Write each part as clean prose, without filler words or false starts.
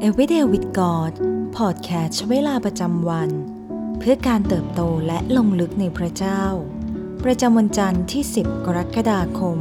Everyday with God พอดแคสต์เวลาประจำวันเพื่อการเติบโตและลงลึกในพระเจ้าประจำวันจันทร์ที่10กรกฎาคม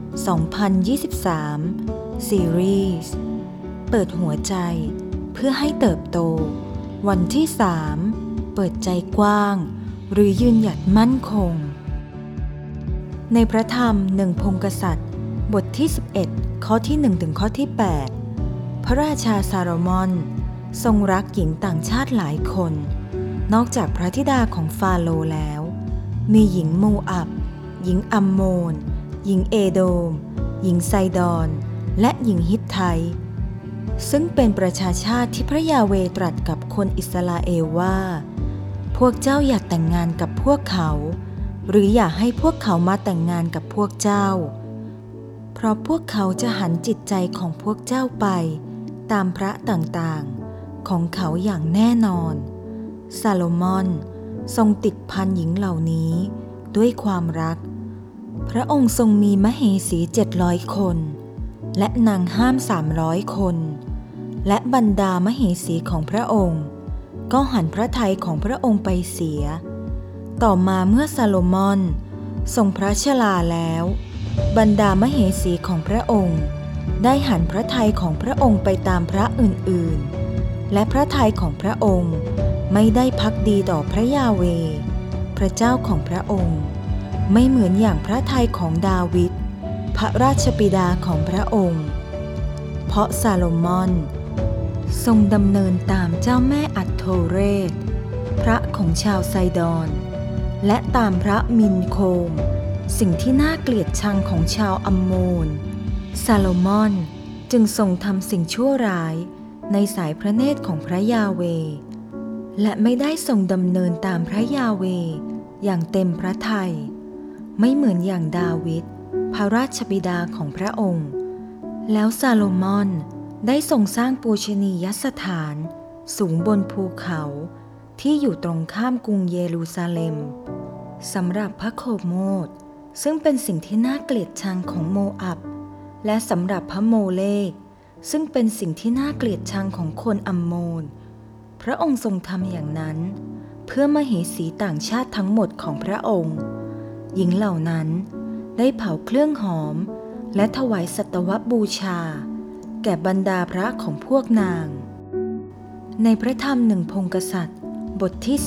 2023ซีรีส์เปิดหัวใจเพื่อให้เติบโตวันที่3เปิดใจกว้างหรือยืนหยัดมั่นคงในพระธรรม1พงศ์กษัตริย์บทที่11ข้อที่1ถึงข้อที่8พระราชาซาโลมอนทรงรักหญิงต่างชาติหลายคนนอกจากพระธิดาของฟาโรห์แล้วมีหญิงโมอับหญิงอัมโมนหญิงเอโดมหญิงไซดอนและหญิงฮิตไทซึ่งเป็นประชาชาติที่พระยาเวห์ตรัสกับคนอิสราเอลว่าพวกเจ้าอย่าแต่งงานกับพวกเขาหรืออย่าให้พวกเขามาแต่งงานกับพวกเจ้าเพราะพวกเขาจะหันจิตใจของพวกเจ้าไปตามพระต่างๆของเขาอย่างแน่นอนซาโลมอนทรงติดพันหญิงเหล่านี้ด้วยความรักพระองค์ทรงมีมเหสี700คนและนางห้าม300คนและบรรดามเหสีของพระองค์ก็หันพระทัยของพระองค์ไปเสียต่อมาเมื่อซาโลมอนทรงพระชราแล้วบรรดามเหสีของพระองค์ได้หันพระทัยของพระองค์ไปตามพระอื่นๆและพระทัยของพระองค์ไม่ได้ภักดีต่อพระยาเวห์พระเจ้าของพระองค์ไม่เหมือนอย่างพระทัยของดาวิดพระราชบิดาของพระองค์เพราะซาโลมอนทรงดำเนินตามเจ้าแม่อัตโทเรศพระของชาวไซดอนและตามพระมินโคมสิ่งที่น่าเกลียดชังของชาวอัมโมนซาโลมอนจึงทรงทำสิ่งชั่วร้ายในสายพระเนตรของพระยาเวห์และไม่ได้ทรงดำเนินตามพระยาเวห์อย่างเต็มพระทัยไม่เหมือนอย่างดาวิดพระราชบิดาของพระองค์แล้วซาโลมอนได้ทรงสร้างปูชนียสถานสูงบนภูเขาที่อยู่ตรงข้ามกรุงเยรูซาเล็มสำหรับพระโคโมธซึ่งเป็นสิ่งที่น่าเกลียดชังของโมอับและสำหรับพระโมเลกซึ่งเป็นสิ่งที่น่าเกลียดชังของคนอัมโมนพระองค์ทรงทำอย่างนั้นเพื่อมเหสีต่างชาติทั้งหมดของพระองค์หญิงเหล่านั้นได้เผาเครื่องหอมและถวายสัตวบูชาแก่บรรดาพระของพวกนางในพระธรรม1พงศ์กษัตริย์บทที่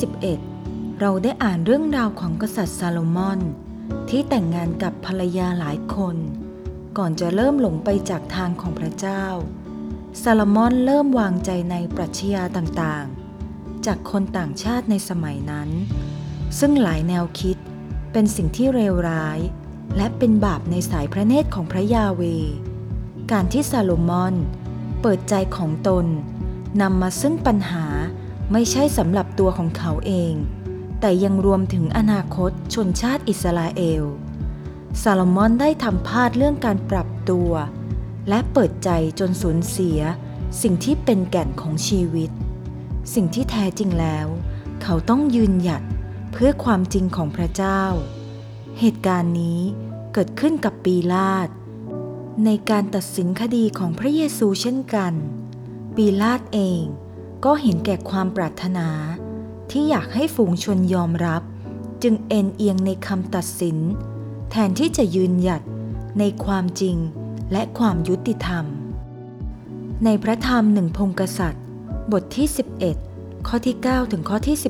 11เราได้อ่านเรื่องราวของกษัตริย์ซาโลมอนที่แต่งงานกับภรรยาหลายคนก่อนจะเริ่มหลงไปจากทางของพระเจ้าซาโลมอนเริ่มวางใจในปรัชญาต่างๆจากคนต่างชาติในสมัยนั้นซึ่งหลายแนวคิดเป็นสิ่งที่เลวร้ายและเป็นบาปในสายพระเนตรของพระยาเวห์การที่ซาโลมอนเปิดใจของตนนำมาซึ่งปัญหาไม่ใช่สำหรับตัวของเขาเองแต่ยังรวมถึงอนาคตชนชาติอิสราเอลซาโลมอนได้ทำพลาดเรื่องการปรับตัวและเปิดใจจนสูญเสียสิ่งที่เป็นแก่นของชีวิตสิ่งที่แท้จริงแล้วเขาต้องยืนหยัดเพื่อความจริงของพระเจ้าเหตุการณ์นี้เกิดขึ้นกับปีลาตในการตัดสินคดีของพระเยซูเช่นกันปีลาตเองก็เห็นแก่ความปรารถนาที่อยากให้ฝูงชนยอมรับจึงเอ็นเอียงในคำตัดสินแทนที่จะยืนหยัดในความจริงและความยุติธรรมในพระธรรม1พงศ์กษัตริย์บทที่11ข้อที่9ถึงข้อที่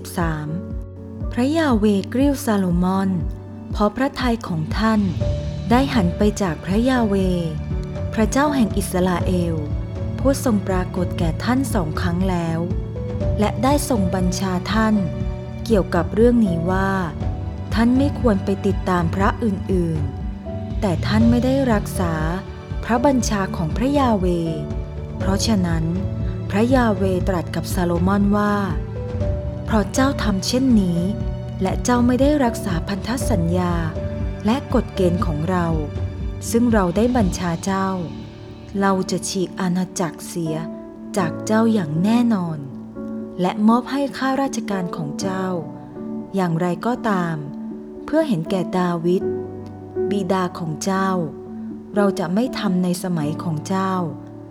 13พระยาเวห์กริ้วซาโลมอนเพราะพระทัยของท่านได้หันไปจากพระยาเวห์พระเจ้าแห่งอิสราเอลผู้ทรงปรากฏแก่ท่าน2 ครั้งแล้วและได้ทรงบัญชาท่านเกี่ยวกับเรื่องนี้ว่าท่านไม่ควรไปติดตามพระอื่นๆแต่ท่านไม่ได้รักษาพระบัญชาของพระยาเวห์เพราะฉะนั้นพระยาเวห์ตรัสกับซาโลมอนว่าเพราะเจ้าทำเช่นนี้และเจ้าไม่ได้รักษาพันธสัญญาและกฎเกณฑ์ของเราซึ่งเราได้บัญชาเจ้าเราจะฉีกอาณาจักรเสียจากเจ้าอย่างแน่นอนและมอบให้ข้าราชการของเจ้าอย่างไรก็ตามเพื่อเห็นแก่ดาวิดบิดาของเจ้าเราจะไม่ทำในสมัยของเจ้า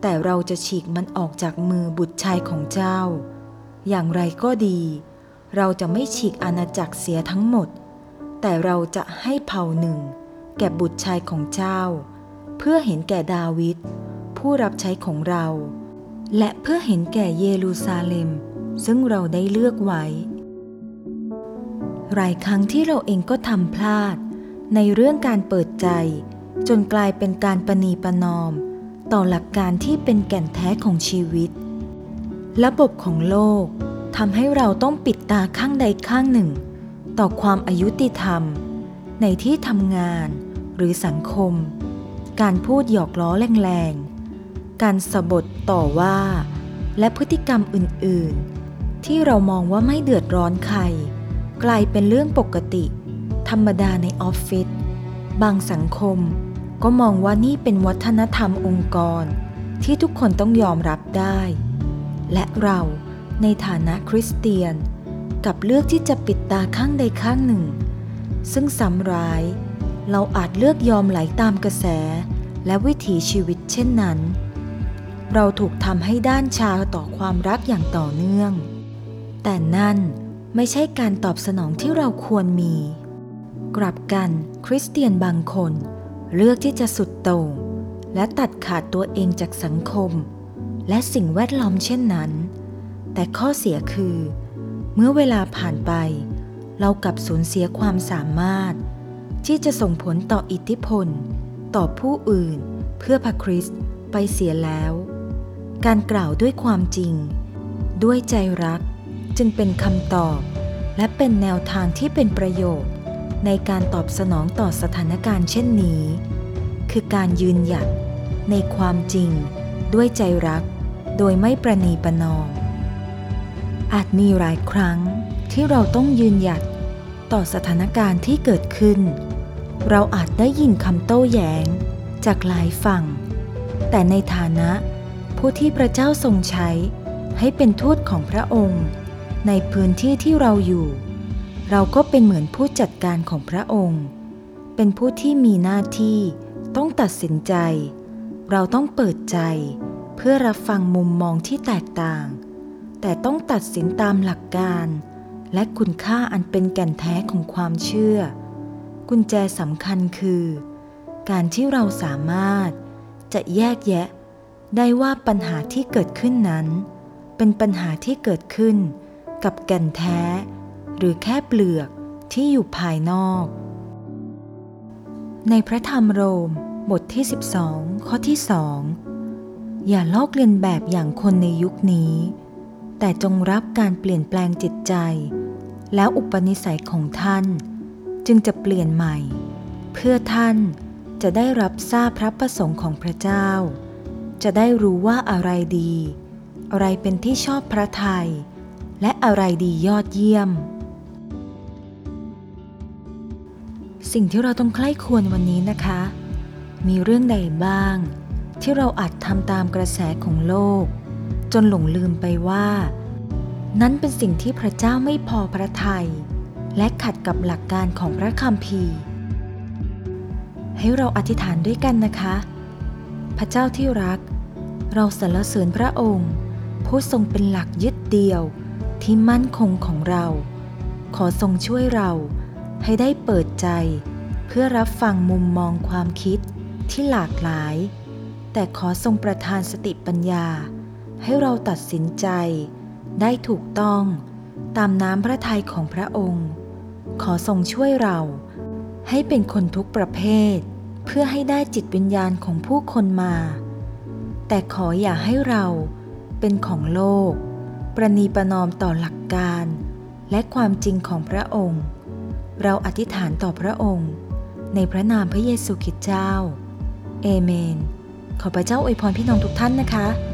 แต่เราจะฉีกมันออกจากมือบุตรชายของเจ้าอย่างไรก็ดีเราจะไม่ฉีกอาณาจักรเสียทั้งหมดแต่เราจะให้เผ่าหนึ่งแก่บุตรชายของเจ้าเพื่อเห็นแก่ดาวิดผู้รับใช้ของเราและเพื่อเห็นแก่เยรูซาเล็มซึ่งเราได้เลือกไว้หลายครั้งที่เราเองก็ทำพลาดในเรื่องการเปิดใจจนกลายเป็นการประนีประนอมต่อหลักการที่เป็นแก่นแท้ของชีวิตระบบของโลกทำให้เราต้องปิดตาข้างใดข้างหนึ่งต่อความอายุติธรรมในที่ทำงานหรือสังคมการพูดหยอกล้อแรงๆการสบถต่อว่าและพฤติกรรมอื่นๆที่เรามองว่าไม่เดือดร้อนใครกลายเป็นเรื่องปกติธรรมดาในออฟฟิศบางสังคมก็มองว่านี่เป็นวัฒนธรรมองค์กรที่ทุกคนต้องยอมรับได้และเราในฐานะคริสเตียนกับเลือกที่จะปิดตาข้างใดข้างหนึ่งซึ่งซ้ำร้ายเราอาจเลือกยอมไหลตามกระแสและวิถีชีวิตเช่นนั้นเราถูกทำให้ด้านชาต่อความรักอย่างต่อเนื่องแต่นั่นไม่ใช่การตอบสนองที่เราควรมีกลับกันคริสเตียนบางคนเลือกที่จะสุดโต่งและตัดขาดตัวเองจากสังคมและสิ่งแวดล้อมเช่นนั้นแต่ข้อเสียคือเมื่อเวลาผ่านไปเรากลับสูญเสียความสามารถที่จะส่งผลต่ออิทธิพลต่อผู้อื่นเพื่อพระคริสต์ไปเสียแล้วการกล่าวด้วยความจริงด้วยใจรักจึงเป็นคำตอบและเป็นแนวทางที่เป็นประโยชน์ในการตอบสนองต่อสถานการณ์เช่นนี้คือการยืนหยัดในความจริงด้วยใจรักโดยไม่ประนีประนอมอาจมีหลายครั้งที่เราต้องยืนหยัดต่อสถานการณ์ที่เกิดขึ้นเราอาจได้ยินคำโต้แย้งจากหลายฝั่งแต่ในฐานะผู้ที่พระเจ้าทรงใช้ให้เป็นทูตของพระองค์ในพื้นที่ที่เราอยู่เราก็เป็นเหมือนผู้จัดการของพระองค์เป็นผู้ที่มีหน้าที่ต้องตัดสินใจเราต้องเปิดใจเพื่อรับฟังมุมมองที่แตกต่างแต่ต้องตัดสินตามหลักการและคุณค่าอันเป็นแก่นแท้ของความเชื่อกุญแจสำคัญคือการที่เราสามารถจะแยกแยะได้ว่าปัญหาที่เกิดขึ้นนั้นเป็นปัญหาที่เกิดขึ้นกับแก่นแท้หรือแค่เปลือกที่อยู่ภายนอกในพระธรรมโรมบทที่12ข้อที่2อย่าลอกเลียนแบบอย่างคนในยุคนี้แต่จงรับการเปลี่ยนแปลงจิตใจแล้วอุปนิสัยของท่านจึงจะเปลี่ยนใหม่เพื่อท่านจะได้รับทราบพระประสงค์ของพระเจ้าจะได้รู้ว่าอะไรดีอะไรเป็นที่ชอบพระทัยและอะไรดียอดเยี่ยมสิ่งที่เราต้องใคร่ครวญวันนี้นะคะมีเรื่องใดบ้างที่เราอาจทำตามกระแสของโลกจนหลงลืมไปว่านั้นเป็นสิ่งที่พระเจ้าไม่พอพระทัยและขัดกับหลักการของพระคัมภีร์ให้เราอธิษฐานด้วยกันนะคะพระเจ้าที่รักเราสรรเสริญพระองค์ผู้ทรงเป็นหลักยึดเดี่ยวที่มั่นคงของเราขอทรงช่วยเราให้ได้เปิดใจเพื่อรับฟังมุมมองความคิดที่หลากหลายแต่ขอทรงประทานสติปัญญาให้เราตัดสินใจได้ถูกต้องตามน้ำพระทัยของพระองค์ขอทรงช่วยเราให้เป็นคนทุกประเภทเพื่อให้ได้จิตวิญญาณของผู้คนมาแต่ขออย่าให้เราเป็นของโลกประนีประนอมต่อหลักการและความจริงของพระองค์เราอธิษฐานต่อพระองค์ในพระนามพระเยซูคริสต์เจ้าเอเมนขอพระเจ้าอวยพรพี่น้องทุกท่านนะคะ